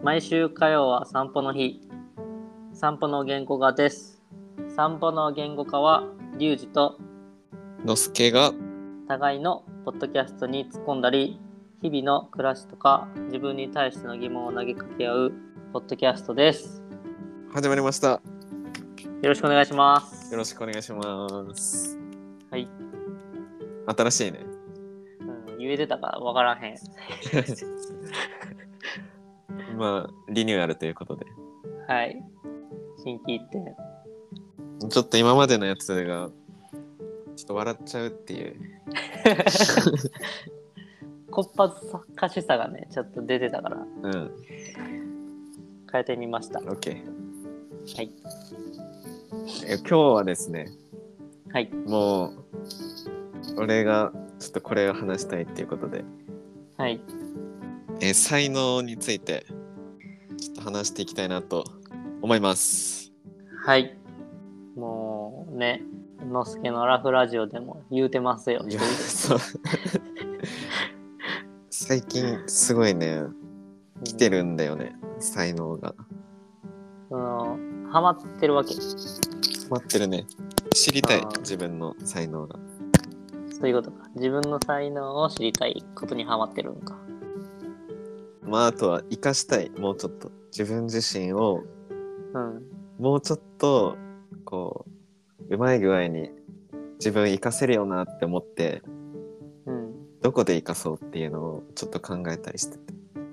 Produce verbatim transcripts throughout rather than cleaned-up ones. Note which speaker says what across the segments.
Speaker 1: 毎週火曜は散歩の日。散歩の言語化です。散歩の言語化はリュウジと
Speaker 2: のすけが
Speaker 1: 互いのポッドキャストに突っ込んだり、日々の暮らしとか自分に対しての疑問を投げかけ合うポッドキャストです。
Speaker 2: 始まりました。よ
Speaker 1: ろしくお願いします。
Speaker 2: よろしくお願いします。
Speaker 1: はい。
Speaker 2: 新しいね。
Speaker 1: うん、言えてたかわからへん。
Speaker 2: まあリニューアルということで。
Speaker 1: はい。新規一点。
Speaker 2: ちょっと今までのやつがちょっと笑っちゃうっていう。
Speaker 1: こっぱずかしさがねちょっと出てたから、
Speaker 2: うん。
Speaker 1: 変えてみました。
Speaker 2: OK。
Speaker 1: はい。
Speaker 2: え今日はですね。
Speaker 1: はい。
Speaker 2: もう俺がちょっとこれを話したいっていうことで。
Speaker 1: はい。
Speaker 2: え才能についてちょっと話していきたいなと思います。
Speaker 1: はい。もうね、のすけのラフラジオでも言うてますよ。
Speaker 2: いやそう最近すごいね来てるんだよね、うん、才能が。
Speaker 1: そのハマってるわけ。
Speaker 2: ハマってるね。知りたい自分の才能が。
Speaker 1: そういうことか。自分の才能を知りたいことにハマってるんか。
Speaker 2: まああとは生かしたい、もうちょっと自分自身を、
Speaker 1: うん、
Speaker 2: もうちょっとこううまい具合に自分生かせるよなって思って、
Speaker 1: うん、
Speaker 2: どこで生かそうっていうのをちょっと考えたりしてて、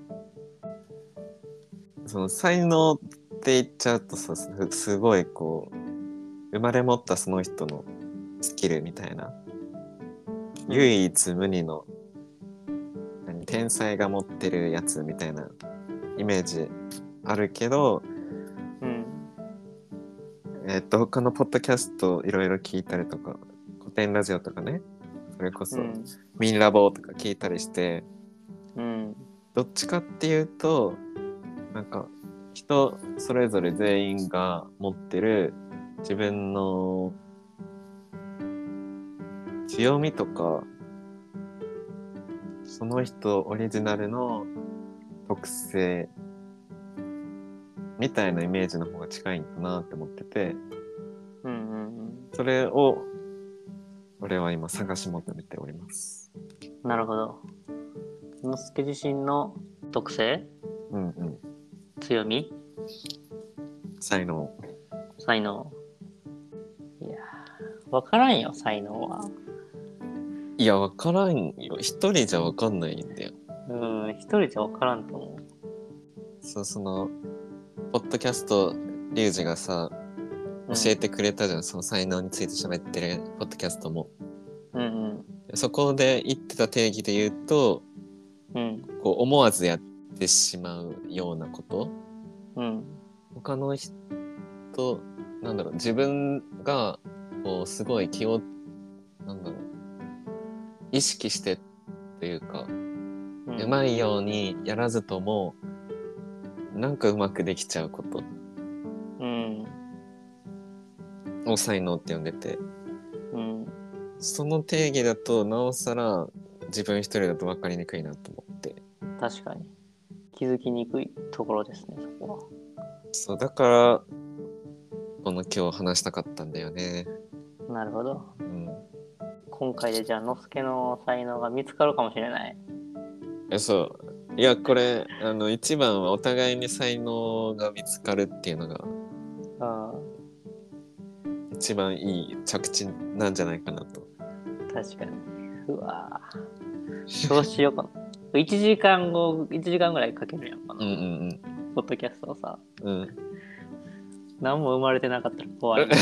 Speaker 2: その才能って言っちゃうとさ、すごいこう生まれ持ったその人のスキルみたいな、うん、唯一無二の何天才が持ってるやつみたいなイメージあるけど、
Speaker 1: うん、
Speaker 2: えっと他のポッドキャストいろいろ聞いたりとか、古典ラジオとかね、それこそ、うん、ミンラボとか聞いたりして、
Speaker 1: うん、
Speaker 2: どっちかっていうとなんか人それぞれ全員が持ってる自分の強みとか、その人オリジナルの特性みたいなイメージの方が近いんかなって思ってて、
Speaker 1: うんうんうん、
Speaker 2: それを俺は今探し求めております。
Speaker 1: なるほど。のすけ自身の特性、
Speaker 2: うんうん、
Speaker 1: 強み、
Speaker 2: 才能、
Speaker 1: 才能。いや分からんよ、才能は。
Speaker 2: いや分からんよ、一人じゃ分かんないんだよ。
Speaker 1: うん、一人じゃ分からんと思う。
Speaker 2: そう、そのポッドキャストリュウジがさ教えてくれたじゃん、うん、その才能について喋ってるポッドキャストも、うんうん、そこで言ってた定義で言うと、うん、こう思わずやってしまうようなこと、うん、他の人なんだろう、自分がこうすごい気をなんだろう意識してというか、うん、うまいようにやらずともなんかうまくできちゃうこと、うん、を才能って呼んでて、うん、その定義だとなおさら自分一人だと分かりにくいなと思って。
Speaker 1: 確かに気づきにくいところですね、そこは。
Speaker 2: そうだからこの今日話したかったんだよね。
Speaker 1: なるほど、うん、今回でじゃあのすけの才能が見つかるかもしれない。
Speaker 2: えそういやこれあの一番はお互いに才能が見つかるっていうのが一番いい着地なんじゃないかなと。
Speaker 1: 確かに。うわどうしようかな。いちじかんごいちじかんぐらいかけるやんかな、うんうんうん、ポッドキャストをさ、うん、何も生まれてなかったら怖い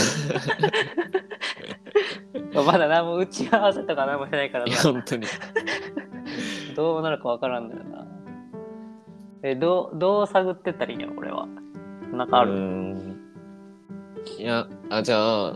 Speaker 1: まだ何も打ち合わせとか何もしてないからさ
Speaker 2: 本当に
Speaker 1: どうなるか分からんのよな。えどうどう探ってったらいいんやろこれは。なんかある？うーん
Speaker 2: いやあじゃあ、うん、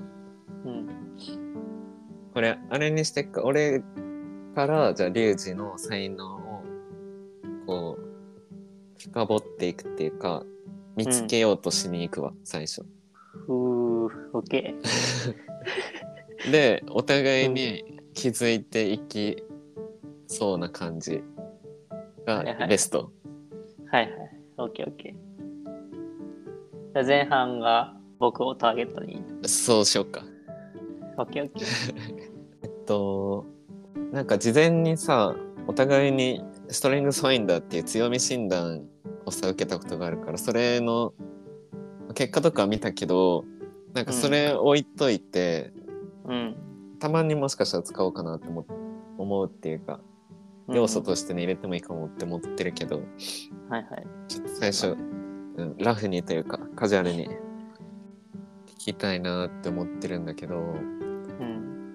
Speaker 2: これあれにしてっか。俺からじゃあリュウジの才能をこう深掘っていくっていうか見つけようとしに行くわ、うん、最初。
Speaker 1: うーオッケ
Speaker 2: ーでお互いに気づいていきそうな感じがベスト、
Speaker 1: はいはい、はいはい、 オッケーオッケー。前半が僕をターゲットに。
Speaker 2: そうしようか。
Speaker 1: オッケーオッケー。
Speaker 2: えっと、なんか事前にさ、お互いにストレングスファインダーっていう強み診断をさ受けたことがあるから、それの結果とか見たけど、なんかそれ置いといて、うん、たまにもしかしたら使おうかなって思思うっていうか、要素としてね入れてもいいかもって思ってるけど、
Speaker 1: はいはい。
Speaker 2: ちょっと最初、うん、ラフにというかカジュアルに聞きたいなって思ってるんだけど、うん、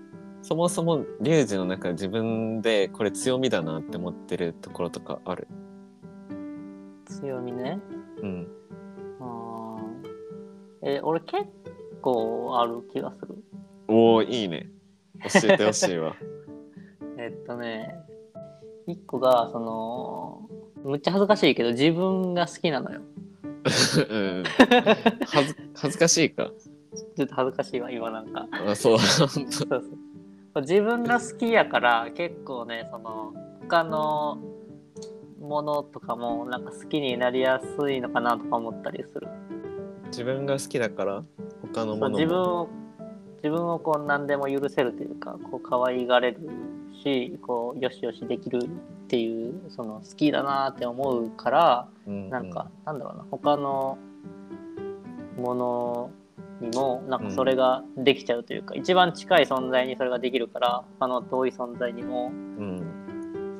Speaker 2: そもそもリュウジの中で自分でこれ強みだなって思ってるところとかある？
Speaker 1: 強みね。
Speaker 2: うん。
Speaker 1: あえ俺結構ある気がする。
Speaker 2: おお、いいね。教えてほしいわ。
Speaker 1: えっとね、一個がそのむっちゃ恥ずかしいけど自分が好きなのよ。
Speaker 2: うん、恥ず恥ずかしいか。
Speaker 1: ちょっと恥ずかしいわ今なんか。
Speaker 2: あ、そうそう
Speaker 1: そう自分が好きやから結構ねその他のものとかもなんか好きになりやすいのかなとか思ったりする。
Speaker 2: 自分が好きだから他のものも
Speaker 1: 自分を自分をこう何でも許せるというかこう可愛がれるしこうよしよしできるっていうその好きだなって思うから、うんうん、なんかなんだろうな他のものにもなんかそれができちゃうというか、うん、一番近い存在にそれができるから他の遠い存在にも、うん、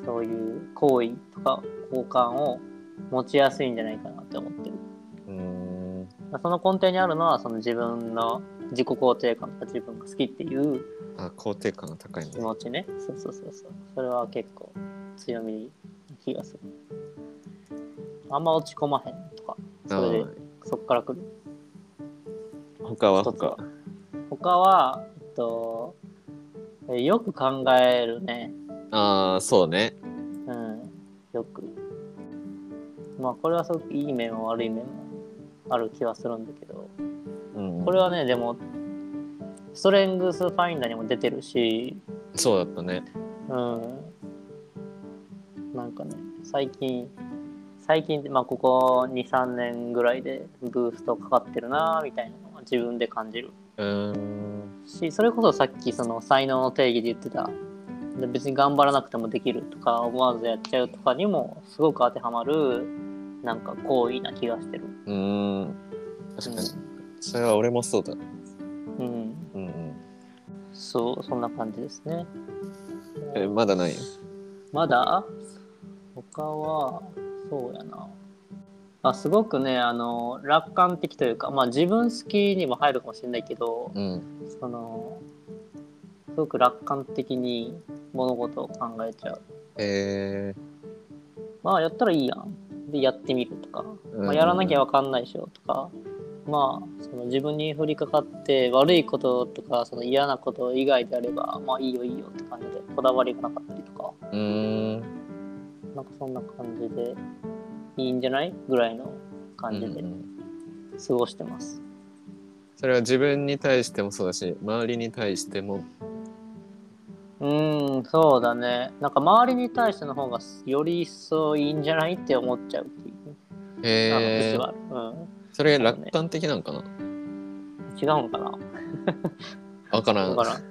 Speaker 1: そういう好意とか好感を持ちやすいんじゃないかなって思ってる。うーんその根底にあるのはその自分の自己肯定感とか自分が好きっていう
Speaker 2: あ肯定感が高い
Speaker 1: 気持ちね。そうそうそうそう。それは結構強みな気がする。あんま落ち込まへんとかそれでそっから来る。
Speaker 2: 他は他
Speaker 1: 他は、えっと、よく考えるね。
Speaker 2: ああ、そうね。
Speaker 1: うん、よく。まあ、これはすごくいい面も悪い面もある気はするんだけど、うんうん、これはね、でも、ストレングスファインダーにも出てるし、
Speaker 2: そうだったね。
Speaker 1: うん。なんかね、最近、最近、まあ、ここに、さんねんぐらいでブーストかかってるなみたいなのは自分で感じる。うーんし、それこそさっきその才能の定義で言ってた、別に頑張らなくてもできるとか思わずやっちゃうとかにもすごく当てはまるなんか行為な気がしてる。
Speaker 2: うーん確かに、うん、それは俺もそうだ。うん、
Speaker 1: うんうん、そうそんな感じですね。
Speaker 2: えまだない？
Speaker 1: まだ他はそうやなあすごくねあの楽観的というかまあ自分好きにも入るかもしれないけど、うん、そのすごく楽観的に物事を考えちゃう。えー、まあやったらいいやんでやってみるとか、うん、まあ、やらなきゃ分かんないでしょとか、まあその自分に降りかかって悪いこととかその嫌なこと以外であればまあいいよいいよって感じでこだわりがなかったりとか、うーんなんかそんな感じでいいんじゃないぐらいの感じで過ごしてます、うんうん、
Speaker 2: それは自分に対してもそうだし周りに対しても。
Speaker 1: うーんそうだねなんか周りに対しての方がより一層いいんじゃないって思っちゃうっていう
Speaker 2: へえー、うん、それ楽観的なんかな、ね、
Speaker 1: 違うんかな
Speaker 2: 分からん
Speaker 1: 分からん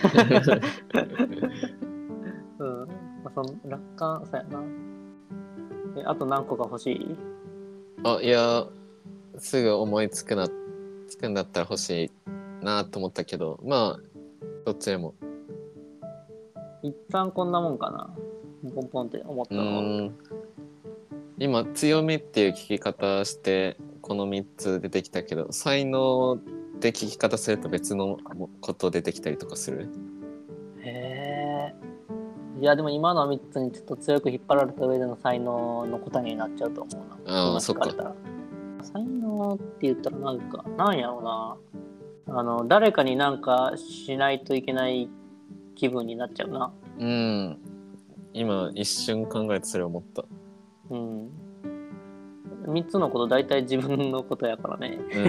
Speaker 1: うん、まあ、その楽観そうやな。えあと何個か欲しい？
Speaker 2: あいやすぐ思いつくなつくんだったら欲しいなと思ったけどまあどっちでも
Speaker 1: 一旦こんなもんかなポンポンって思ったのは。うん
Speaker 2: 今強みっていう聞き方してこのみっつ出てきたけど才能で聞き方すると別のこと出てきたりとかする？
Speaker 1: へえいやでも今のみっつにちょっと強く引っ張られた上での才能の答えになっちゃうと思うな。今聞かれたら才能って言ったらなんかなんやろうなあの誰かになんかしないといけない気分になっちゃうな。
Speaker 2: うん今一瞬考えてそれ思った。
Speaker 1: うんみっつのこと大体自分のことやからね、うん、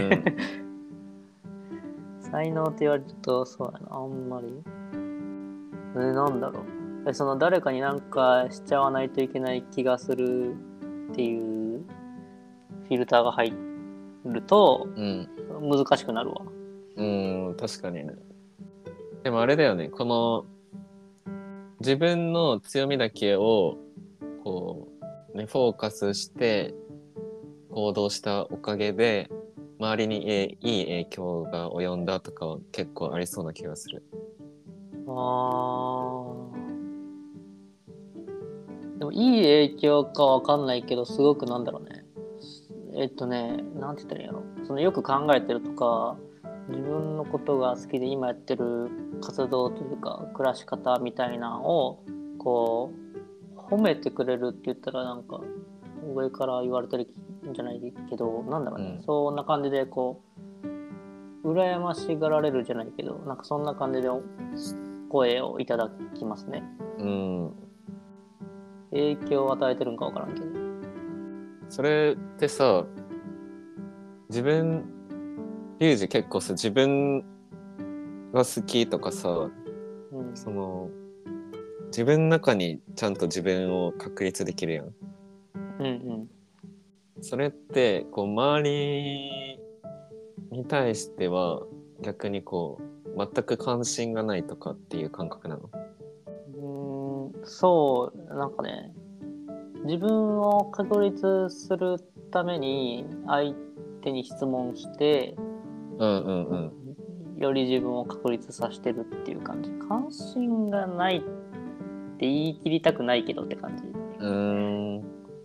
Speaker 1: 才能って言われるとそうやなあんまりえなんだろうその誰かになんかしちゃわないといけない気がするっていうィルターが入ると
Speaker 2: うん
Speaker 1: 難しくなるわ。
Speaker 2: うん、確かにね。でもあれだよね、この自分の強みだけをこうねフォーカスして行動したおかげで周りにえいい影響が及んだとかは結構ありそうな気がする。
Speaker 1: あー、でもいい影響かわかんないけど、すごくなんだろうね。えっとね、なんて言ったらいいんやろ。そのよく考えてるとか、自分のことが好きで今やってる活動というか暮らし方みたいなのをこう褒めてくれるって言ったらなんか上から言われてるんじゃないけど、なんだろうね、うん、そんな感じでこう羨ましがられるじゃないけど、なんかそんな感じで声をいただきますね。
Speaker 2: うん。
Speaker 1: 影響を与えてるんか分からんけど。
Speaker 2: それってさ、自分リュウジ結構さ自分が好きとかさ、うん、その自分の中にちゃんと自分を確立できるやん。
Speaker 1: うんうん。
Speaker 2: それってこう周りに対しては逆にこう全く関心がないとかっていう感覚なの？
Speaker 1: うーん、そうなんかね、自分を確立するために相手に質問して、
Speaker 2: うんうんうん、
Speaker 1: より自分を確立させてるっていう感じ。関心がないって言い切りたくないけどって感じ。
Speaker 2: うーん、うん、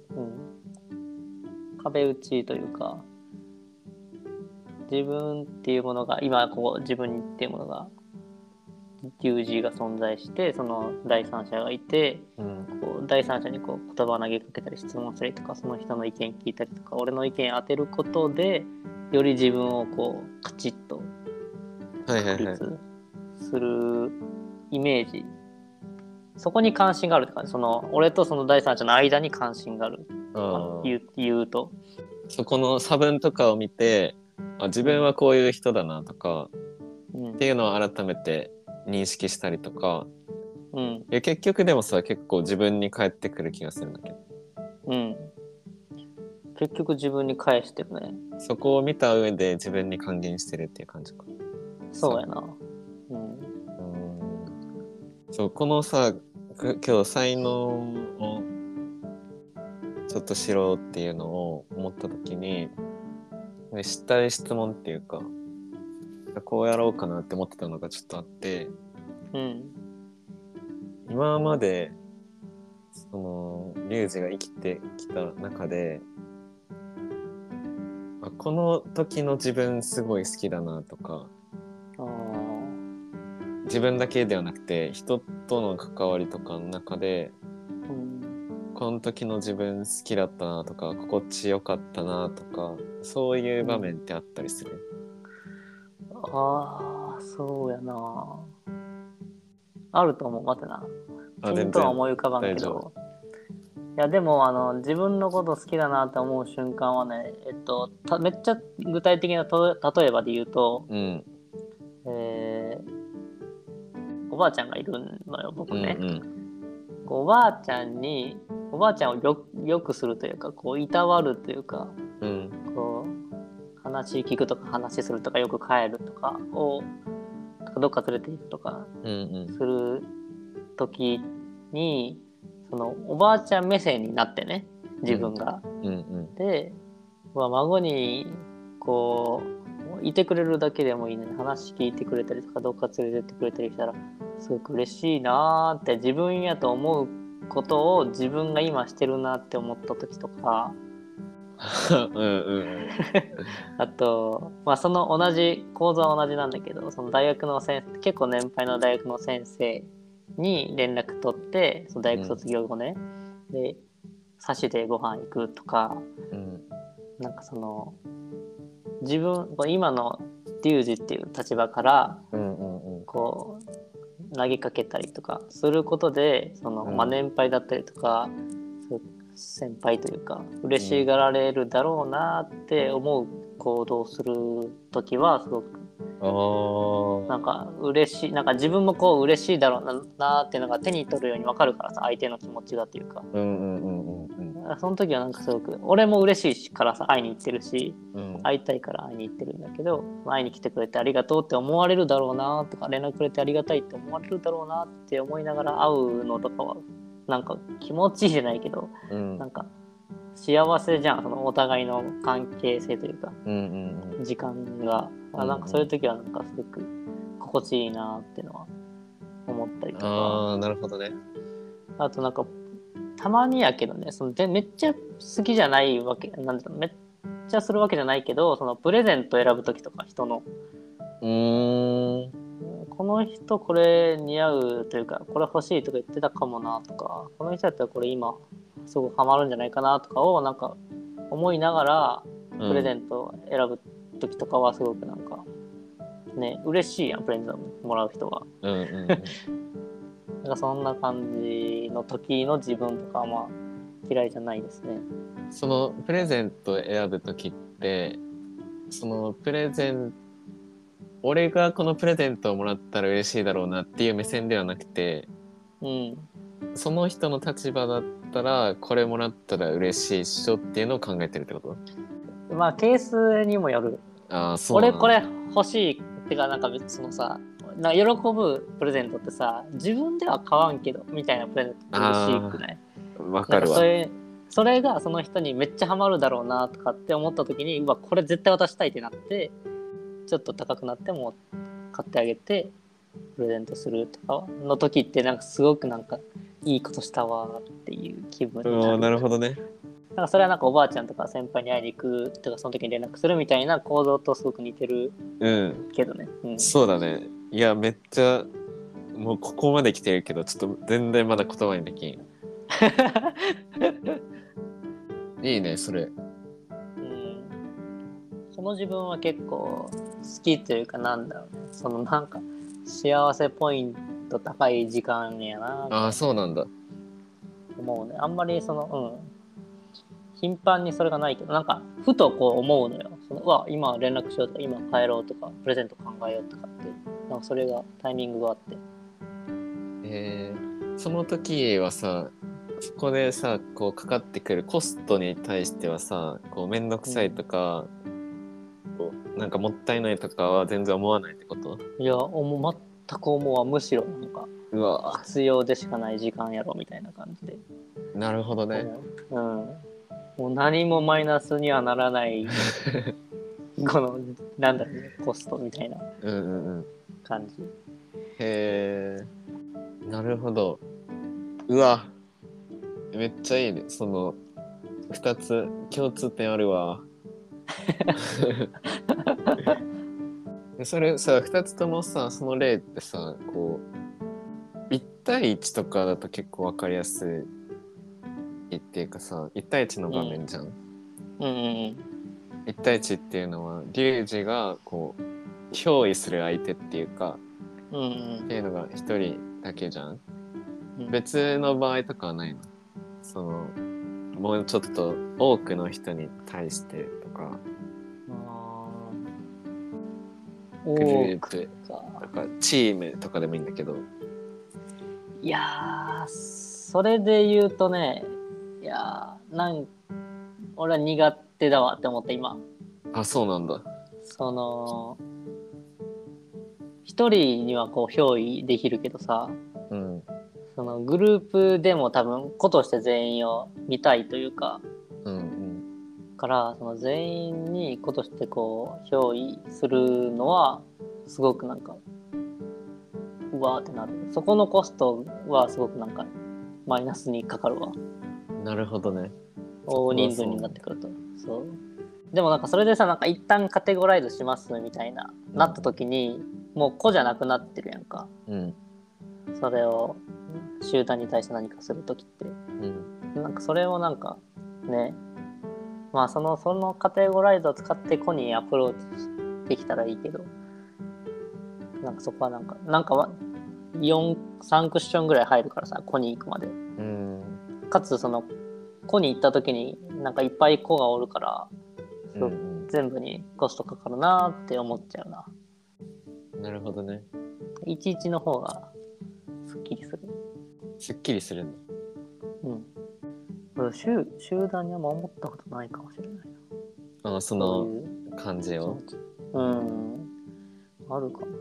Speaker 1: 壁打ちというか、自分っていうものが今こう自分っていうものがリュウジが存在して、その第三者がいて、うん、こう第三者にこう言葉を投げかけたり質問したりとか、その人の意見聞いたりとか、俺の意見当てることでより自分をこうカチッと確立するイメージ、はいはいはい、そこに関心があるって感じ。その俺とその第三者の間に関心がある。あ言う、言うと
Speaker 2: そこの差分とかを見て、あ自分はこういう人だなとか、うん、っていうのを改めて認識したりとか、うん、いや結局でもさ結構自分に返ってくる気がするんだけど、
Speaker 1: うん、結局自分に返してるね。
Speaker 2: そこを見た上で自分に還元してるっていう感じか。
Speaker 1: そうやな。
Speaker 2: うん、うんそうこのさ今日才能をちょっと知ろうっていうのを思った時にしたい質問っていうかこうやろうかなって思ってたのがちょっとあって、うん、今までそのリュウジが生きてきた中であこの時の自分すごい好きだなとか、あ自分だけではなくて人との関わりとかの中で、うん、この時の自分好きだったなとか心地よかったなとかそういう場面ってあったりする？
Speaker 1: うん、ああそうやな、あると思う。待ってな、ピンとは思い浮かばんけど、いやでもあの自分のこと好きだなって思う瞬間はね、えっとためっちゃ具体的なと例えばで言うと、うん、えー、おばあちゃんがいるのよ僕ね、うんうん、おばあちゃんにおばあちゃんをよよくするというかこういたわるというか、うん、こう話聞くとか話するとかよく帰るとかをどっか連れて行くとかする時に、そのおばあちゃん目線になってね自分が、うんうんうん、で、まあ、孫にこういてくれるだけでもいいのに話聞いてくれたりとかどっか連れてってくれたりしたらすごく嬉しいなって、自分やと思うことを自分が今してるなって思った時とかうんうん、うん、あと、まあ、その同じ構造は同じなんだけど、その大学の先生結構年配の大学の先生に連絡取ってその大学卒業後ね、うん、でサシでご飯行くとか、うん、なんかその自分今のリュウジっていう立場からこう投げかけたりとかすることでその、まあ、年配だったりとか、うん、先輩というか嬉しがられるだろうなって思う行動する時はすごく
Speaker 2: あ
Speaker 1: なんか嬉しい、なんか自分もこう嬉しいだろうな、なーっていうのが手に取るように分かるからさ、相手の気持ちがっていうか、
Speaker 2: うんうんうんうん、
Speaker 1: その時はなんかすごく俺も嬉しいからさ、会いに行ってるし、
Speaker 2: うん、
Speaker 1: 会いたいから会いに行ってるんだけど、会いに来てくれてありがとうって思われるだろうなとか、連絡くれてありがたいって思われるだろうなって思いながら会うのとかはなんか気持ちいいじゃないけど、うん、なんか幸せじゃん、そのお互いの関係性というか、うんうんうん、時間が、うんうん、なんかそういう時はなんかすごく心地いいなっていうのは思ったりとか。
Speaker 2: ああ、なるほどね。
Speaker 1: あとなんかたまにやけどね、そのでめっちゃ好きじゃないわけ、なんだろう、めっちゃするわけじゃないけど、そのプレゼント選ぶ時とか人の、うーん、この人これ似合うというか、これ欲しいとか言ってたかもなとか、この人だったらこれ今すごくハマるんじゃないかなとかをなんか思いながらプレゼント選ぶ時とかはすごくなんかね、嬉しいやん、プレゼントもらう人は。うんうんうんなんかそんな感じの時の自分とかはまあ嫌いじゃないですね。
Speaker 2: そのプレゼント選ぶ時って、そのプレゼン俺がこのプレゼントをもらったら嬉しいだろうなっていう目線ではなくて、うん、その人の立場だったらこれもらったら嬉しいっしょっていうのを考えてるってこと？
Speaker 1: まあケースにもよる。あ、そうなんだ。俺これ欲しいってか、なんか別にそのさ、な喜ぶプレゼントってさ、自分では買わんけどみたいなプレゼントって嬉しくない？わかるわ。それそれがその人にめっちゃハマるだろうなとかって思った時に、うわこれ絶対渡したいってなって、ちょっと高くなっても買ってあげてプレゼントするとかの時ってなんかすごくなんかいいことしたわっていう気分になる。
Speaker 2: なるほどね。
Speaker 1: なんかそれはなんかおばあちゃんとか先輩に会いに行くとかその時に連絡するみたいな行動とすごく似てるけどね、
Speaker 2: うんうん、そうだね。いやめっちゃもうここまで来てるけどちょっと全然まだ言葉にできんいいねそれ。うん、
Speaker 1: この自分は結構好きというか、なんだろうね、そのなんか幸せポイント高い時間やな。
Speaker 2: ああそうなんだ。
Speaker 1: 思うね。あんまりそのうん頻繁にそれがないけど、なんかふとこう思うのよ。そのうわ今連絡しようとか今帰ろうとかプレゼント考えようとかって、なんかそれがタイミングがあって。
Speaker 2: えー、その時はさ、そこでさこうかかってくるコストに対してはさ、こうめんどくさいとか、うん、なんかもったいないとかは全然思わないってこと？
Speaker 1: いや思全く思うわ。むしろなんかうわ必要でしかない時間やろみたいな感じで。
Speaker 2: なるほどね。
Speaker 1: うん。もう何もマイナスにはならないこのなんだろうね、コストみたいな感じ。うんうんうん、
Speaker 2: へえ、なるほど。うわめっちゃいいね。そのふたつ共通点あるわそれさふたつともさ、その例ってさこういち対いちとかだと結構わかりやすいっていうかさ、いち対いちの場面じゃん、うん、うんうんいち対いちっていうのはリュウジがこう憑依する相手っていうか、うんうん、っていうのがひとりだけじゃん、うん、別の場合とかはないの？そのもうちょっと多くの人に対してとか、グループとかチームとかでもいいんだけど。
Speaker 1: いやーそれで言うとね、いやーなん俺は苦手だわって思った今。
Speaker 2: あ、そうなんだ。
Speaker 1: その一人にはこう憑依できるけどさ、うん、そのグループでも多分子として全員を見たいというか、うんうん、からその全員に子としてこう憑依するのはすごくなんかうわーってなる。そこのコストはすごくなんかマイナスにかかるわ。
Speaker 2: なるほどね。
Speaker 1: 大人数になってくると。そうでもなんかそれでさ、なんか一旦カテゴライズしますみたいな、うん、なった時にもう子じゃなくなってるやんか、うん、それを集団に対して何かする時って、うん、なんかそれをなんかね、まあそのそのカテゴライズを使って子にアプローチできたらいいけど、なんかそこはなんかなんかよん、さんクッションぐらい入るからさ、子に行くまで、うん、かつその子に行った時になんかいっぱい子がおるから、うん、全部にコストかかるなって思っちゃうな。
Speaker 2: なるほどね。
Speaker 1: いちいちの方がすっきりする。
Speaker 2: すっきりするんだ。
Speaker 1: うん。集集団には思ったことないかもしれないな。
Speaker 2: ああ、その感じを。
Speaker 1: うん。あるかな。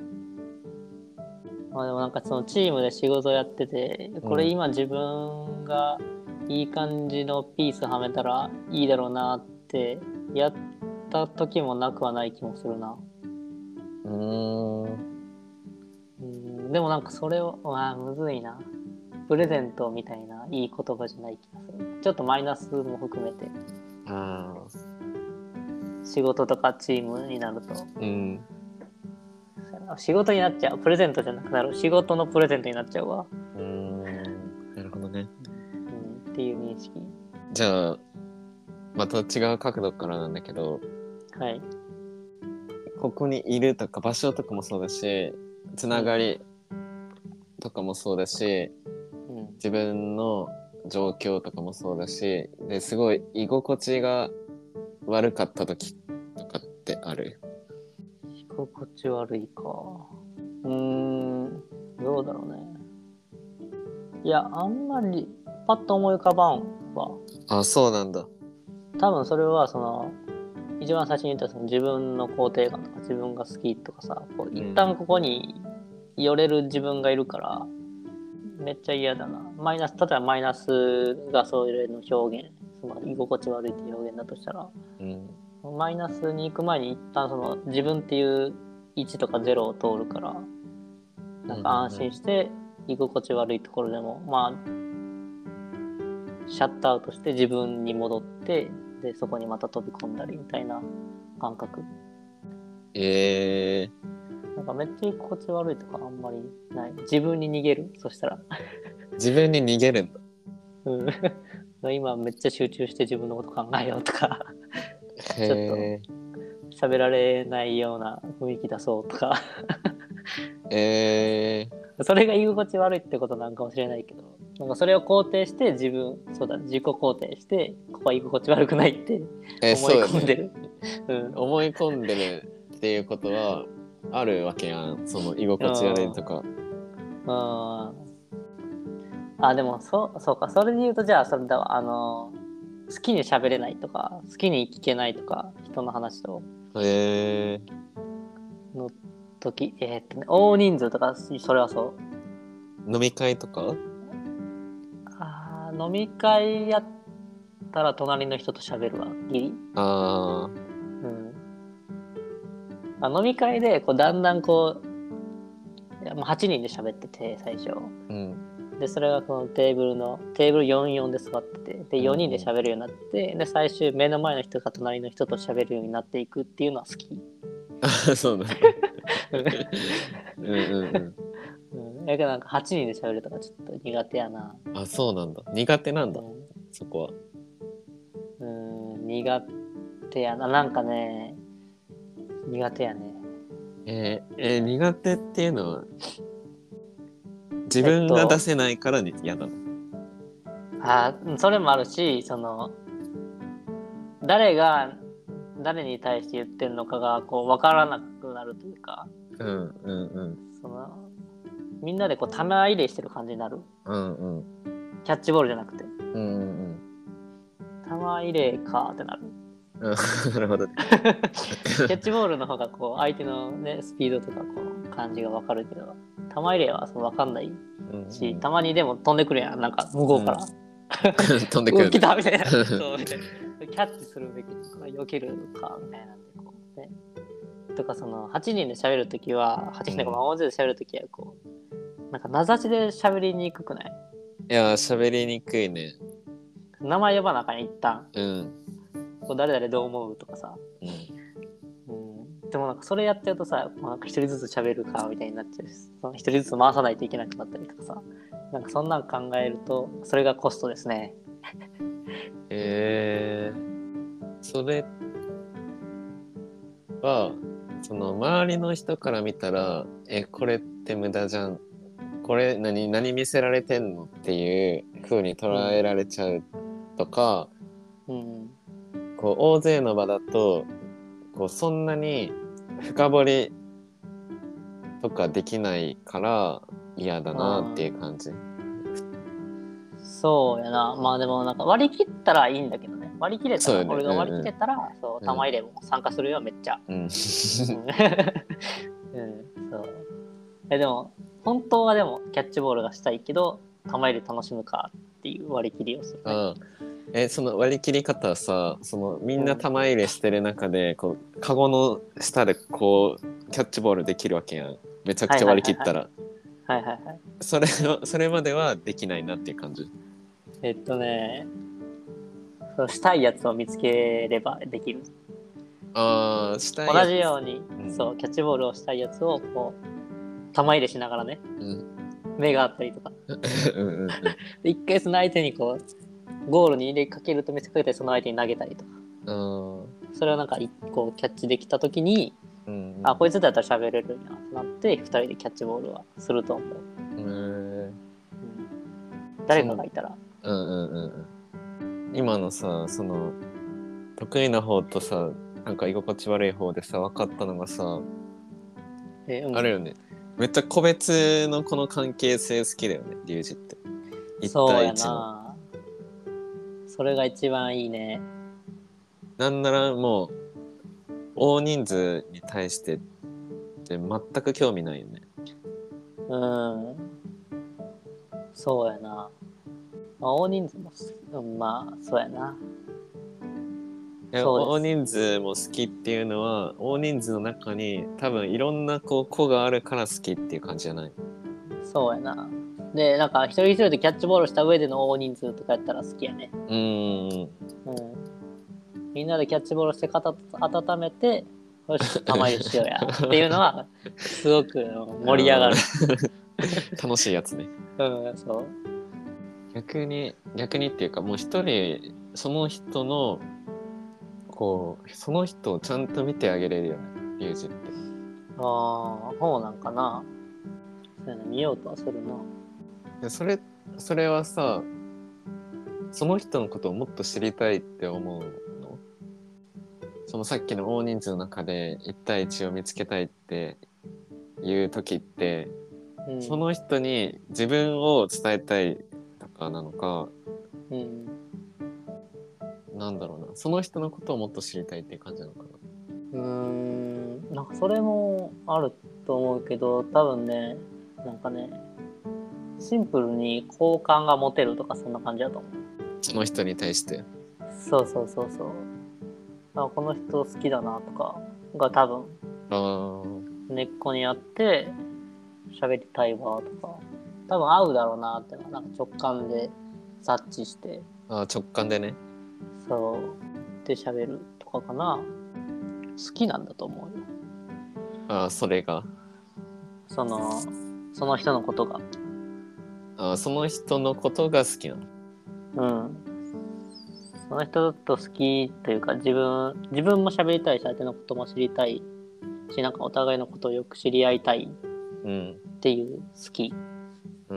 Speaker 1: まあでもなんかそのチームで仕事やってて、これ今自分がいい感じのピースはめたらいいだろうなってやった時もなくはない気もするな。
Speaker 2: うーん。
Speaker 1: うんでもなんかそれを、まあむずいな。プレゼントみたいないい言葉じゃない気がする。ちょっとマイナスも含めて。
Speaker 2: あ
Speaker 1: あ。仕事とかチームになると。
Speaker 2: うん。
Speaker 1: 仕事になっちゃう。プレゼントじゃなくなる。仕事のプレゼントになっちゃうわ。
Speaker 2: うーん。なるほどね。
Speaker 1: うん、っていう認識。
Speaker 2: じゃあ、また違う角度からなんだけど、
Speaker 1: はい。
Speaker 2: ここにいるとか場所とかもそうだし、つながりとかもそうだし、うん、自分の状況とかもそうだし、ですごい居心地が悪かった時とかってある？
Speaker 1: 居心地悪いか。うーん、どうだろうね。いや、あんまりパッと思い浮かばんわ。
Speaker 2: あ、そうなんだ。
Speaker 1: 多分それはその一番最初に言ったその自分の肯定感とか自分が好きとかさ、こう一旦ここに寄れる自分がいるから、めっちゃ嫌だな。マイナス、例えばマイナスがそういうの表現、その居心地悪いっていう表現だとしたら、うん、マイナスに行く前に一旦その自分っていういちとかゼロを通るから、なんか安心して居心地悪いところでも、まあシャットアウトして自分に戻って、でそこにまた飛び込んだりみたいな感覚。
Speaker 2: え
Speaker 1: ー、なんかめっちゃ居心地悪いとかあんまりない。自分に逃げる。そしたら
Speaker 2: 自分に逃げるんだ。
Speaker 1: うん。今めっちゃ集中して自分のこと考えようとかちょっと喋られないような雰囲気出そうとか
Speaker 2: え
Speaker 1: ー、それが居心地悪いってことなんかもしれないけど、なんかそれを肯定して自分、そうだ、自己肯定してここは居心地悪くないって思い込んでる、
Speaker 2: えーねうん、思い込んでるっていうことはあるわけやん、その居心地悪いとか。
Speaker 1: ああ、でもそそうか、それで言うとじゃあそれだわ、あの好きに喋れないとか好きに聞けないとか人の話と
Speaker 2: へえ
Speaker 1: ーの時、えー、っとね、大人数とかそれはそう。
Speaker 2: 飲み会とか？
Speaker 1: あ飲み会やったら隣の人と喋るわギリ。
Speaker 2: ああ
Speaker 1: うんあ飲み会でこうだんだんこういやもうはちにんで喋ってて最初、うん、でそれがこのテーブルのテーブルよんじゅうよんで座っててでよにんで喋るようになって、うん、で最終目の前の人が隣の人と喋るようになっていくっていうのは好き。
Speaker 2: あそうなんだうんうんうん
Speaker 1: だからなんかはちにんで喋るとかちょっと苦手やな。
Speaker 2: あ、そうなんだ。苦手なんだ、うん、そこは。
Speaker 1: うーん、苦手やな。なんかね、苦手やね。
Speaker 2: えー、えー、苦手っていうのは自分が出せないから嫌だの？
Speaker 1: えっと、あ、それもあるし、その誰が誰に対して言ってるのかがこう分からなくなるというか、
Speaker 2: うんうんうん、
Speaker 1: そのみんなでこう玉入れしてる感じになる、
Speaker 2: うんうん、
Speaker 1: キャッチボールじゃなくて、
Speaker 2: うんうん、
Speaker 1: 玉入れかってなる。
Speaker 2: なるほど。キ
Speaker 1: ャッチボールの方がこう相手の、ね、スピードとかこう感じが分かるけど、玉入れはその分かんないし、うんうん、たまにでも飛んでくるやん、なんか向こうから、うん、
Speaker 2: 飛んでくる
Speaker 1: 来たみたいなそうみたいなキャッチするべきとか避けるかみたいなんでこうねとか、そのはちにんで喋るときははちにんで大勢で喋るときはこうなんか名指しで喋りにくくない？
Speaker 2: いや喋りにくいね。
Speaker 1: 名前呼ばなあかん一旦、
Speaker 2: うん、
Speaker 1: こう誰々どう思うとかさ、うんうん、でもなんかそれやってるとさ、なんか一人ずつ喋るかみたいになっちゃうし、その一人ずつ回さないといけなくなったりとかさ、なんかそんなん考えるとそれがコストですね。
Speaker 2: えー、それはその周りの人から見たらえこれって無駄じゃん、これ何何見せられてんのっていう風に捉えられちゃうとか、うん、こう大勢の場だとこうそんなに深掘りとかできないから嫌だなっていう感じ。
Speaker 1: そうやな。まあでもなんか割り切ったらいいんだけどね。割り切れたら、
Speaker 2: そうね、
Speaker 1: 俺が割り切れたら、
Speaker 2: うんうん、
Speaker 1: そう玉入れも参加するよ、めっちゃ。うん。うん、そう。えでも本当はでもキャッチボールがしたいけど玉入れ楽しむかっていう割り切りをする、ね。
Speaker 2: あえその割り切り方はさ、そのみんな玉入れしてる中でこうカゴの下でこうキャッチボールできるわけやん。めちゃくちゃ割り切ったら。
Speaker 1: はいはいはい。
Speaker 2: それそれまではできないなっていう感じ。
Speaker 1: えっとね、そうしたいやつを見つければできる。
Speaker 2: ああ、したいやつ。
Speaker 1: 同じように、うん、そうキャッチボールをしたいやつをこう玉入れしながらね、うん、目があったりとか。うんうん、うん、で一回その相手にこうゴールに入れかけると見せかけてその相手に投げたりとか。それをなんか一個キャッチできたときに、うんうん、あこいつだったら喋れるんやってなってふたりでキャッチボールはすると思う。うん、誰かがいたら。うんうん
Speaker 2: うん、今のさその得意な方とさなんか居心地悪い方でさ分かったのがさ、え、うん、あれよね、めっちゃ個別のこの関係性好きだよねリュウジって。
Speaker 1: いち対いちの。そうやな。それが一番いいね。
Speaker 2: なんならもう大人数に対してって全く興味ないよね。
Speaker 1: うん。そうやな。まあ、大人数も、うん、まあそうやな。
Speaker 2: 大人数も好きっていうのは大人数の中に多分いろんなこう子があるから好きっていう感じじゃない？
Speaker 1: そうやな。でなんか一人一人でキャッチボールした上での大人数とかやったら好きやね。うん、うん、みんなでキャッチボールして肩温めてよし玉入れしようやっていうのはすごく盛り上がる。
Speaker 2: 楽しいやつね。
Speaker 1: うん、そう。
Speaker 2: 逆に逆にっていうかもう一人その人のこうその人をちゃんと見てあげれるよねリュウジって。
Speaker 1: ああ、そうなんかな。そうやな、見ようとはする
Speaker 2: な。それそれはさその人のことをもっと知りたいって思うの？そのさっきの大人数の中でいち対いちを見つけたいっていう時って、うん、その人に自分を伝えたいとかなのか、うん、なんだろうな、その人のことをもっと知りたいっていう感じなのかな。
Speaker 1: うーん、なんかそれもあると思うけど、多分ね、なんかね、シンプルに好感が持てるとかそんな感じだと思う。
Speaker 2: その人に対して。
Speaker 1: そうそうそうそう。あ、この人好きだなとかが多分根っこにあって喋りたいわとか、多分合うだろうなってのはなんか直感で察知して。
Speaker 2: あ、直感でね。
Speaker 1: そうで喋るとかかな。好きなんだと思うよ。
Speaker 2: ああ、それが
Speaker 1: そのその人のことが。
Speaker 2: ああ、その人のことが好きなの。
Speaker 1: うん。その人と好きというか自分自分も喋りたいし相手のことも知りたいし、なんかお互いのことをよく知り合いたいっていう好き。
Speaker 2: うん。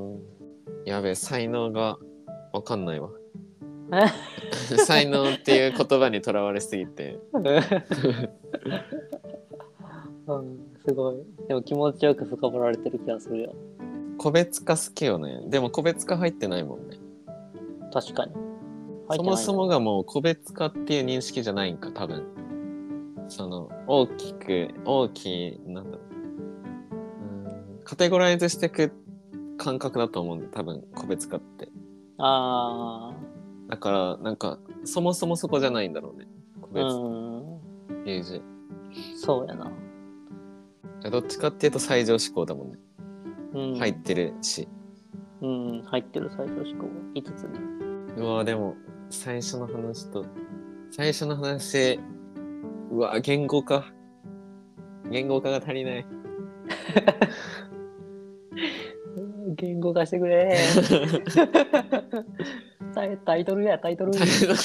Speaker 2: うーん。やべえ、才能がわかんないわ。才能っていう言葉にとらわれすぎて。
Speaker 1: うん、すごい。でも気持ちよく深掘られてる気がするよ。
Speaker 2: 個別化好きよね。でも個別化入ってないもんね。
Speaker 1: 確かに。
Speaker 2: そもそもがもう個別化っていう認識じゃないんか、多分。その大きく大きいなんだろう、うん、カテゴライズしていく感覚だと思うんで、多分個別化って。ああ。だからなんかそもそもそこじゃないんだろうね。個別イメージ。
Speaker 1: そうやな。
Speaker 2: どっちかっていうと最上志向だもんね。うん、入ってるし。
Speaker 1: うん、入ってる最上志向いつつね。
Speaker 2: うわでも最初の話と最初の話、うわ言語化言語化が足りない。
Speaker 1: 言語化してくれ。タイトルやタイトル。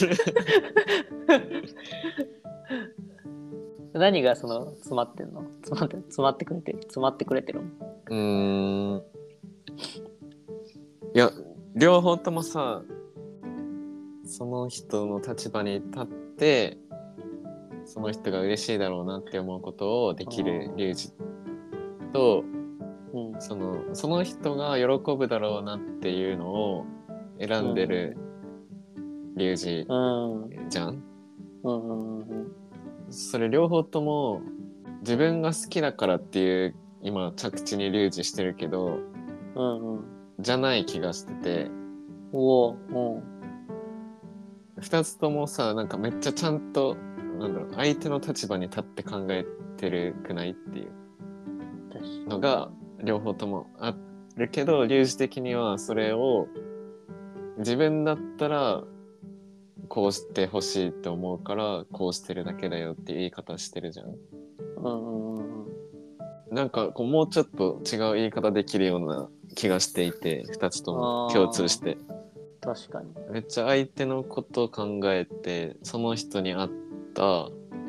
Speaker 1: 何がその詰まってんの？詰まって詰まってくれてる詰まってくれてるの？うーん。
Speaker 2: いや両方ともさ、その人の立場に立ってその人が嬉しいだろうなって思うことをできるリュウジと、うん、そのその人が喜ぶだろうなっていうのを選んでるリュウジじゃん、うんうんうん、それ両方とも自分が好きだからっていう今着地にリュウジしてるけど、うんうん、じゃない気がしてて、おお、うん、ふたつともさ、なんかめっちゃちゃんとなんだろう、相手の立場に立って考えてるくないっていうのが両方ともあるけど、リュウジ的にはそれを自分だったらこうしてほしいって思うからこうしてるだけだよっていう言い方してるじゃん。うんうんうん、なんかこうもうちょっと違う言い方できるような気がしていて、ふたつとも共通して。
Speaker 1: 確かに。
Speaker 2: めっちゃ相手のことを考えて、その人に合った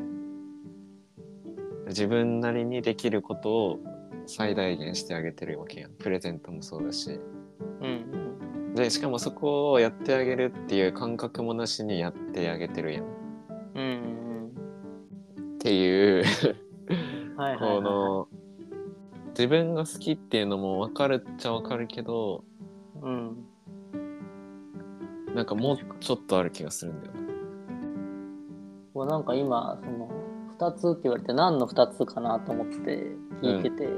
Speaker 2: 自分なりにできることを最大限してあげてるわけやん。プレゼントもそうだし。うんうん、でしかもそこをやってあげるっていう感覚もなしにやってあげてるやん。うんうんうん、っていうこの自分が好きっていうのも分かるっちゃ分かるけど、うん、なんかもうちょっとある気がするんだよな。
Speaker 1: もうなんか今そのふたつって言われて何のふたつかなと思って聞いてて、うん、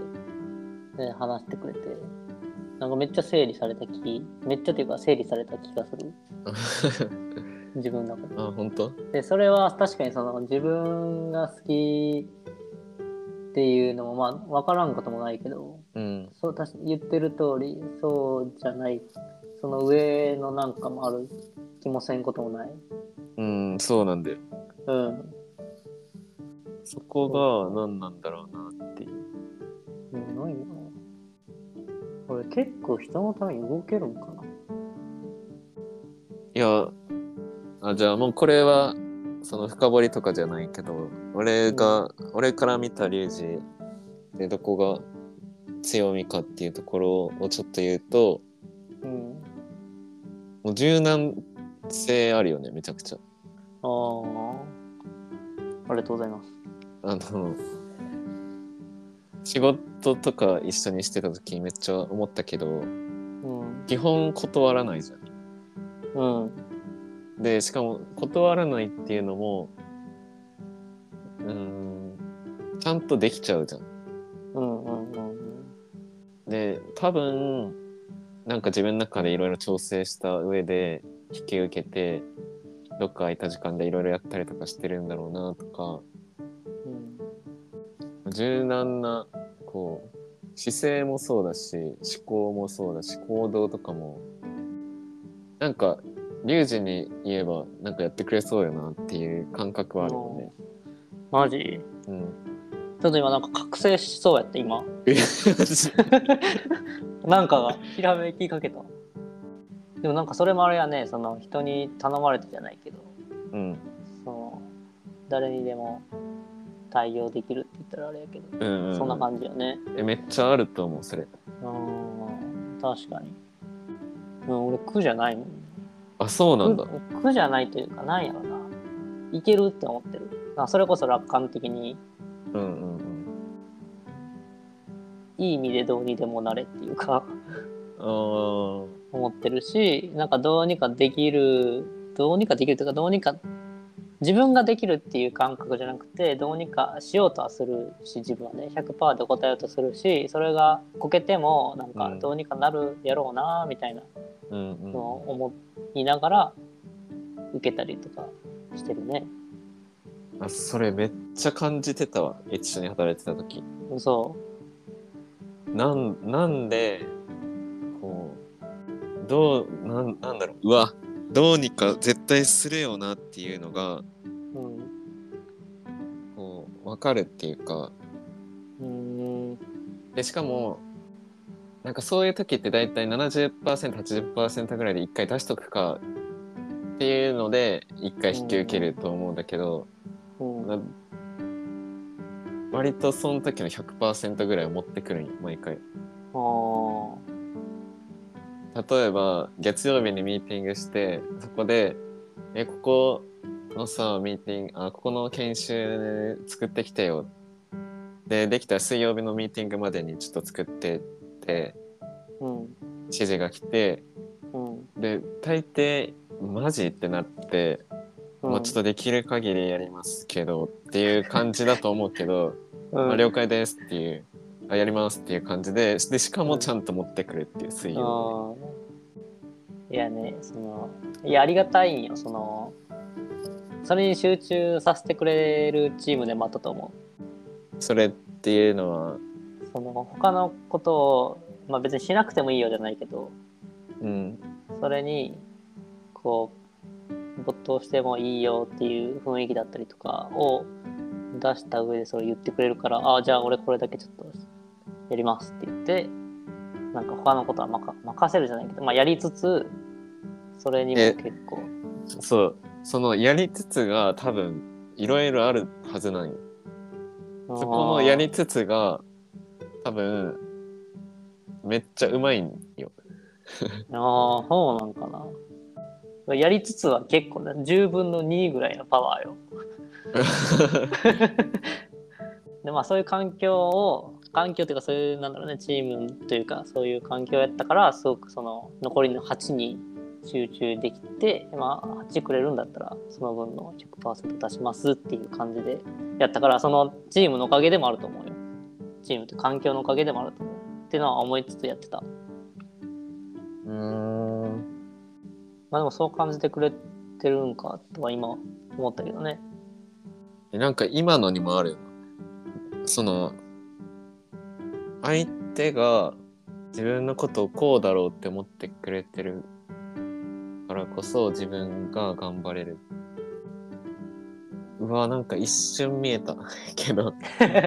Speaker 1: で話してくれて、なんかめっちゃ整理された気、めっちゃっていうか整理された気がする自分の中で。
Speaker 2: あ、本当？
Speaker 1: でそれは確かにその自分が好きっていうのもまあ分からんこともないけど、うん、そう確か言ってる通りそうじゃない、その上のなんかもある気もせんこともない。
Speaker 2: うん、そうなんだよ。うん。そこが何なんだろうなっていう。
Speaker 1: うん、ないな。これ結構人のために動けるんかな。
Speaker 2: いや、あ、じゃあもうこれはその深掘りとかじゃないけど、俺が、うん、俺から見たリュウジでどこが強みかっていうところをちょっと言うと、うん、もう柔軟性あるよね、めちゃくちゃ。
Speaker 1: ああ、ありがとうございます。
Speaker 2: あの仕事とか一緒にしてた時にめっちゃ思ったけど、うん、基本断らないじゃん。うん。でしかも断らないっていうのも、うーん、ちゃんとできちゃうじゃん。うんうんうんうん。で多分なんか自分の中でいろいろ調整した上で引き受けて、どっか空いた時間でいろいろやったりとかしてるんだろうなとか、うん、柔軟なこう姿勢もそうだし、思考もそうだし、行動とかもなんかリュウジに言えばなんかやってくれそうよなっていう感覚はあるよね。
Speaker 1: マジ？うん。ちょっと今なんか覚醒しそうやって今。なんかがひらめきかけた。でもなんかそれもあれやね、その人に頼まれてじゃないけど、うん、その誰にでも対応できるって言ったらあれやけど、うんうん、そんな感じよね。
Speaker 2: え、めっちゃあると思うそれ。
Speaker 1: うん、確かに。うん、俺苦じゃないもん。
Speaker 2: あ、そうなんだ。
Speaker 1: 苦、苦じゃないというか、なんやろな、いけるって思ってる。それこそ楽観的に、うんうんうん、いい意味でどうにでもなれっていうか思ってるし、なんかどうにかできる、どうにかできるというか、どうにか自分ができるっていう感覚じゃなくて、どうにかしようとはするし、自分はね ひゃくパーセント で答えようとするし、それがこけてもなんかどうにかなるやろうなみたいなのを思いながら受けたりとかしてるね。
Speaker 2: あ、それめっちゃ感じてたわ、一緒に働いてた時。
Speaker 1: そう。
Speaker 2: なん、なんでこうどうなん、なんだろう、うわ、どうにか絶対するよなっていうのが、うん、こう分かるっていうか、うーん、でしかもなんかそういう時ってだいたい ななじゅっパーセント、はちじゅっパーセント ぐらいで一回出しとくかっていうので一回引き受けると思うんだけど、うんうん、割とその時の ひゃくパーセント ぐらいを持ってくるんよ毎回。あ、例えば月曜日にミーティングして、そこでえここのさミーティング、あここの研修作ってきてよでできたら水曜日のミーティングまでにちょっと作ってって、うん、指示が来て、うん、で大抵マジってなって、うん、もうちょっとできる限りやりますけどっていう感じだと思うけど、うんまあ、了解ですっていうあやりますっていう感じで、でしかもちゃんと持ってくるっていう水曜日、
Speaker 1: うん、いやねそのいやありがたいんよ、そのそれに集中させてくれるチームでもあったと思
Speaker 2: う。それっていうのは
Speaker 1: その他のことを、まあ、別にしなくてもいいよじゃないけど、うん、それにこう没頭してもいいよっていう雰囲気だったりとかを出した上でそれ言ってくれるから、ああじゃあ俺これだけちょっとやりますって言ってなんか他のことは任任せるじゃないけど、まあ、やりつつそれにも結構
Speaker 2: そうそのやりつつが多分いろいろあるはずなんよ。そこのやりつつが多分めっちゃうまいんよ。
Speaker 1: ああそうなんかな。やりつつは結構ねじゅうぶんのにぐらいのパワーよ。でまあそういう環境を環境というかそういうなんだろうねチームというかそういう環境をやったからすごくその残りのはちに集中できて、まあ、はちくれるんだったらその分の ひゃくパーセント 出しますっていう感じでやったから、そのチームのおかげでもあると思うよ。チームという環境のおかげでもあると思うっていうのは思いつつやってた。うーんまあでもそう感じてくれてるんかとは今思ったけどね。
Speaker 2: なんか今のにもあるよ。その相手が自分のことをこうだろうって思ってくれてるからこそ自分が頑張れる。うわなんか一瞬見えたけど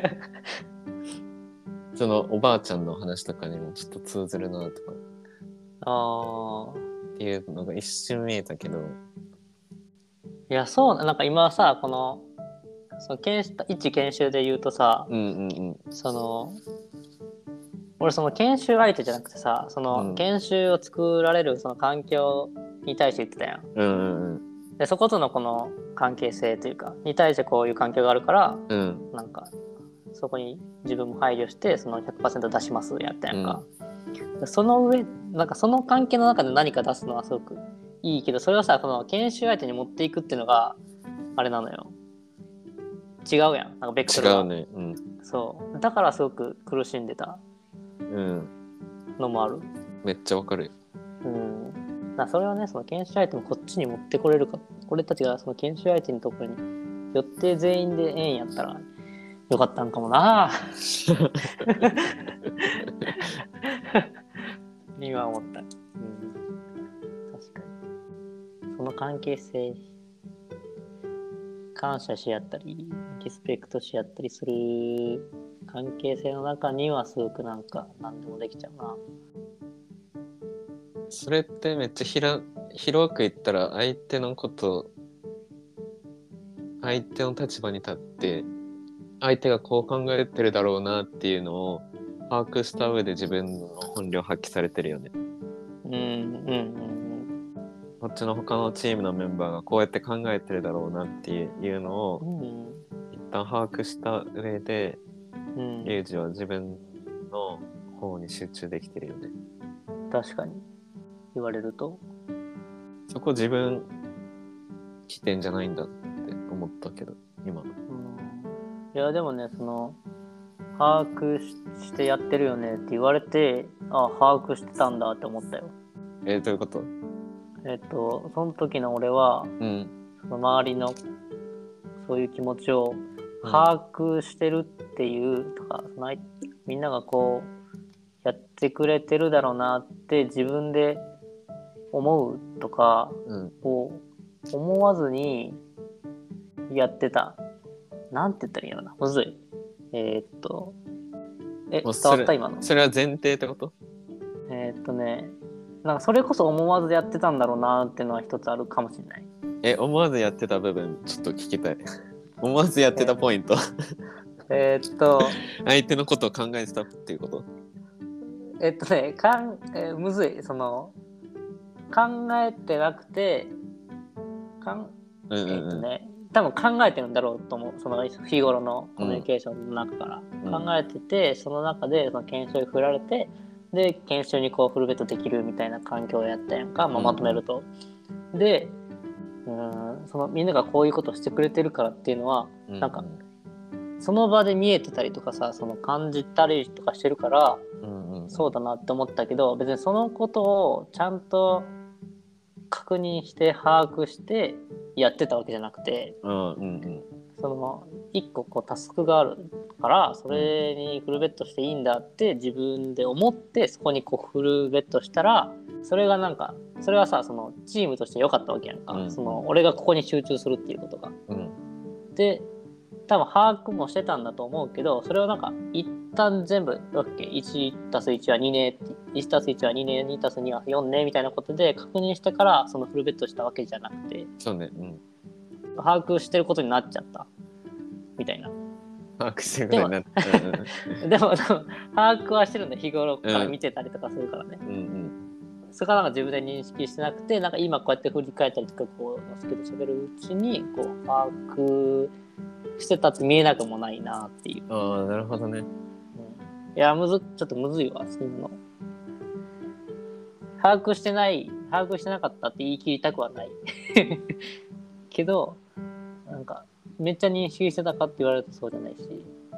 Speaker 2: そのおばあちゃんの話とかにもちょっと通ずるなとかあっていうのが一瞬見えたけど、い
Speaker 1: やそうなんか今さこのその研修一研修で言うとさ、うんうんうん、その俺その研修相手じゃなくてさその研修を作られるその環境に対して言ってたやん、うんうんうん、でそことのこの関係性というかに対してこういう環境があるから、うん、なんかそこに自分も配慮してその ひゃくパーセント 出しますやったやんか、うん、その上なんかその関係の中で何か出すのはすごくいいけど、それをさこの研修相手に持っていくっていうのがあれなのよ。違うやん、なんかベクトルが違うね、うん、そうだからすごく苦しんでたのもある、うん、
Speaker 2: めっちゃわかる。
Speaker 1: うん、だそれはねその研修相手もこっちに持ってこれるか、俺たちがその研修相手のところに寄って全員でええんやったらよかったんかもな今思った、うん、確かにその関係性感謝し合ったりリスペクトし合ったりする関係性の中にはすごくなんか何でもできちゃうな。
Speaker 2: それってめっちゃひら広く言ったら相手のこと相手の立場に立って相手がこう考えてるだろうなっていうのを把握した上で自分の本領発揮されてるよね。うんうんうんこっちの他のチームのメンバーがこうやって考えてるだろうなっていうのを、うん、一旦把握した上で、うん、リュウジは自分の方に集中できてるよね。
Speaker 1: 確かに言われると
Speaker 2: そこ自分起点じゃないんだって思ったけど今、うん、
Speaker 1: いやでもねその把握 し, してやってるよねって言われてあ把握してたんだって思ったよ。
Speaker 2: えー、どういうこと？
Speaker 1: えっとその時の俺は、うん、その周りのそういう気持ちを把握してるっていうとか、うん、そのみんながこうやってくれてるだろうなって自分で思うとかを思わずにやってた。なんて言ったらいいのかな、むずい。えー、っとえ伝わった今の。
Speaker 2: それは前提ってこと？
Speaker 1: えー、っとねなんかそれこそ思わずやってたんだろうなっていうのは一つあるかもしれない。
Speaker 2: え思わずやってた部分ちょっと聞きたい思わずやってたポイント
Speaker 1: えー、っと
Speaker 2: 相手のことを考えてたっていうこと？
Speaker 1: えっとねかん、えー、むずい。その考えてなくてかん、うんうんうん、えっとね多分考えてるんだろうと思う。その日頃のコミュニケーションの中から、うん、考えてて、その中でその研修に振られて、で研修にこうフルベットできるみたいな環境をやったやんか、まあ、まとめると、うん、でうーんそのみんながこういうことをしてくれてるからっていうのは、うん、なんかその場で見えてたりとかさ、その感じたりとかしてるから、うんうん、そうだなって思ったけど、別にそのことをちゃんと確認して把握してやってたわけじゃなくて、うんうんうん、その一個こうタスクがあるからそれにフルベットしていいんだって自分で思ってそこにこうフルベットしたら、それがなんかそれはさ、そのチームとして良かったわけやんか、うんうん、その俺がここに集中するっていうことが、うん、で多分把握もしてたんだと思うけど、それをなんか一旦全部 OK、 いちたすいちはにね、いちたすいちはにね、にたすにはよんねみたいなことで確認してからそのフルベットしたわけじゃなくて、
Speaker 2: そうね、うん、
Speaker 1: 把握してることになっちゃったみたいな。
Speaker 2: 把握してることになっちゃ
Speaker 1: うでもでも把握はしてるんだ、日頃から見てたりとかするからね、うんうん、それからなんか自分で認識してなくて、なんか今こうやって振り返ったりとかこうのすけど喋るうちにこう把握してたって見えなくもないなっていう。
Speaker 2: ああ、なるほどね、うん、
Speaker 1: いやむずちょっとむずいわ、その把握してない把握してなかったって言い切りたくはないけど、なんかめっちゃ認識してたかって言われるとそうじゃないし。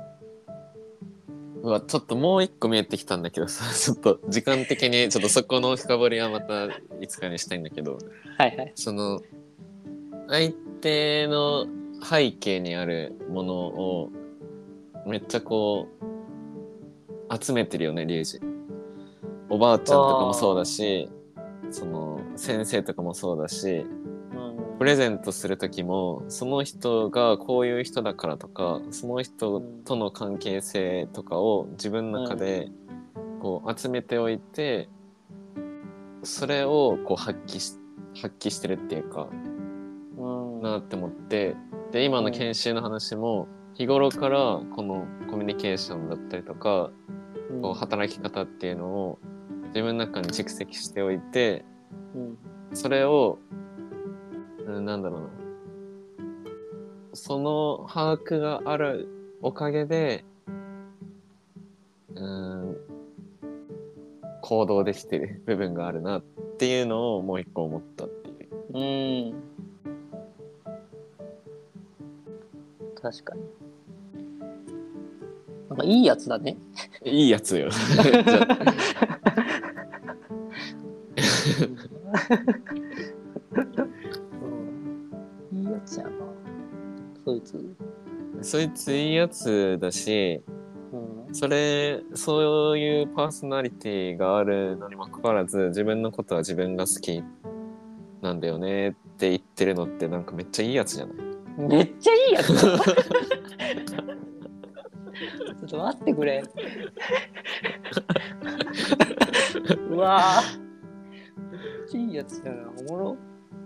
Speaker 2: うわ、ちょっともう一個見えてきたんだけどさ、ちょっと時間的にちょっとそこの深掘りはまたいつかにしたいんだけど
Speaker 1: はいはい、
Speaker 2: その相手の背景にあるものをめっちゃこう集めてるよね、リュウジ。おばあちゃんとかもそうだし、その先生とかもそうだし、うん、プレゼントする時もその人がこういう人だからとか、その人との関係性とかを自分の中でこう集めておいて、それをこう発揮し発揮してるっていうか、うん、なって思って、で今の研修の話も日頃からこのコミュニケーションだったりとか、うん、こう働き方っていうのを自分の中に蓄積しておいて、うん、それを、うん、なんだろうな、その把握があるおかげで、うん、行動できてる部分があるなっていうのをもう一個思ったっていう。うん。
Speaker 1: 確かに。なんかいいやつだね。
Speaker 2: いいやつよ。
Speaker 1: いいやつやな。そいつ。
Speaker 2: そいついいやつだし、うん、それそういうパーソナリティがあるのにもかかわらず自分のことは自分が好きなんだよねって言ってるのってなんかめっちゃいいやつじゃない？
Speaker 1: めっちゃいいやつだ。ちょっと待ってくれ。うわぁ、めっちゃいいやつだな。おもろ。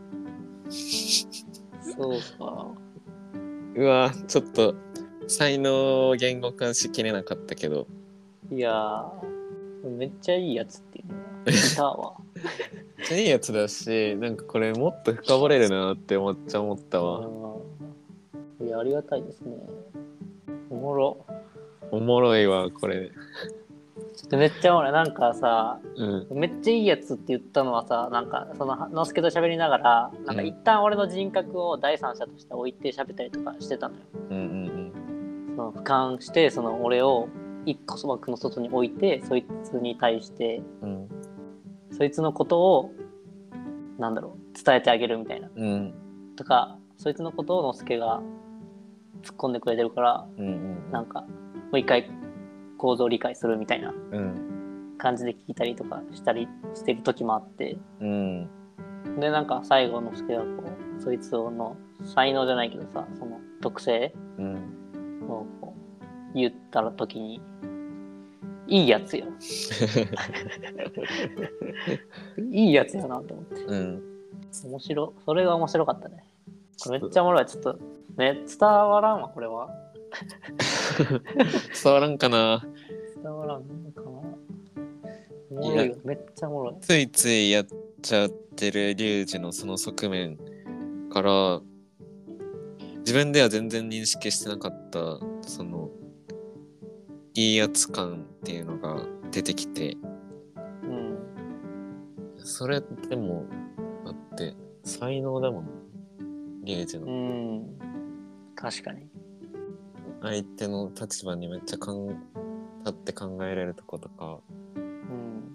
Speaker 1: そうか。
Speaker 2: うわぁ、ちょっと才能を言語化しきれなかったけど。
Speaker 1: いやー、めっちゃいいやつっていうのは聞いたわ。
Speaker 2: めっちゃいいやつだし、なんかこれもっと深掘れるなって思っちゃ思ったわ。
Speaker 1: いや、ありがたいですね。おもろ。
Speaker 2: おもろいわ、これ。
Speaker 1: ちょっとめっちゃおもろい。なんかさ、うん、めっちゃいいやつって言ったのはさ、なんかそののすけと喋りながら、なんか一旦俺の人格を第三者として置いて喋ったりとかしてたのよ。うんうんうん。その俯瞰して、その俺を一個そ枠の外に置いて、そいつに対して、うん、そいつのことをなんだろう伝えてあげるみたいな、うん、とか、そいつのことをのすけが突っ込んでくれてるから、うんうんうん、なんかもう一回構造を理解するみたいな感じで聞いたりとかしたりしてる時もあって、うん、でなんか最後のすけがこうそいつの才能じゃないけどさ、その特性をこう言ったら時にいいやつよ。いいやつやなと思って、うん、面白それが面白かったね。これめっちゃおもろい。ちょっとね、伝わらんわこれは。
Speaker 2: 伝わらんかな。
Speaker 1: 伝わらんかな。おもろいよ、めっちゃおもろい。
Speaker 2: ついついやっちゃってるリュウジのその側面から自分では全然認識してなかったそのいいやつ感っていうのが出てきて、うん、それでもだって才能だもん、リュウジの。うん、
Speaker 1: 確かに。
Speaker 2: 相手の立場にめっちゃかん立って考えれるとことか、うん、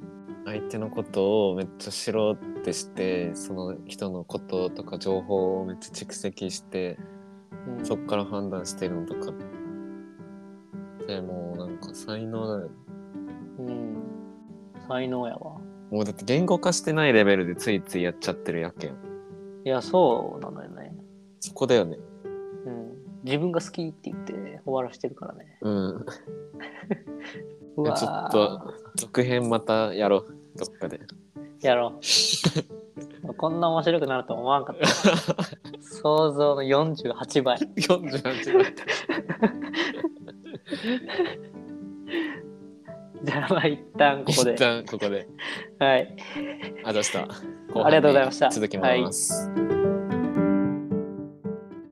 Speaker 2: 相手のことをめっちゃ知ろうってして、その人のこととか情報をめっちゃ蓄積して、うん、そっから判断してるのとかでもうなんか才能だよね。
Speaker 1: うん、才能やわ。
Speaker 2: もうだって言語化してないレベルでついついやっちゃってるやけん。
Speaker 1: いや、そうなのよね。
Speaker 2: そこだよね。
Speaker 1: うん。自分が好きって言って終わらしてるからね。
Speaker 2: うん。うわちょっと続編またやろう、どっかで。
Speaker 1: やろう。こんな面白くなると思わんかった。想像のよんじゅうはちばい。
Speaker 2: よんじゅうはちばい。
Speaker 1: じゃあまあ一旦ここで。
Speaker 2: 一旦ここで。
Speaker 1: はい。
Speaker 2: ありがとうございました。
Speaker 1: ありがとうございました。
Speaker 2: 続きます。はい。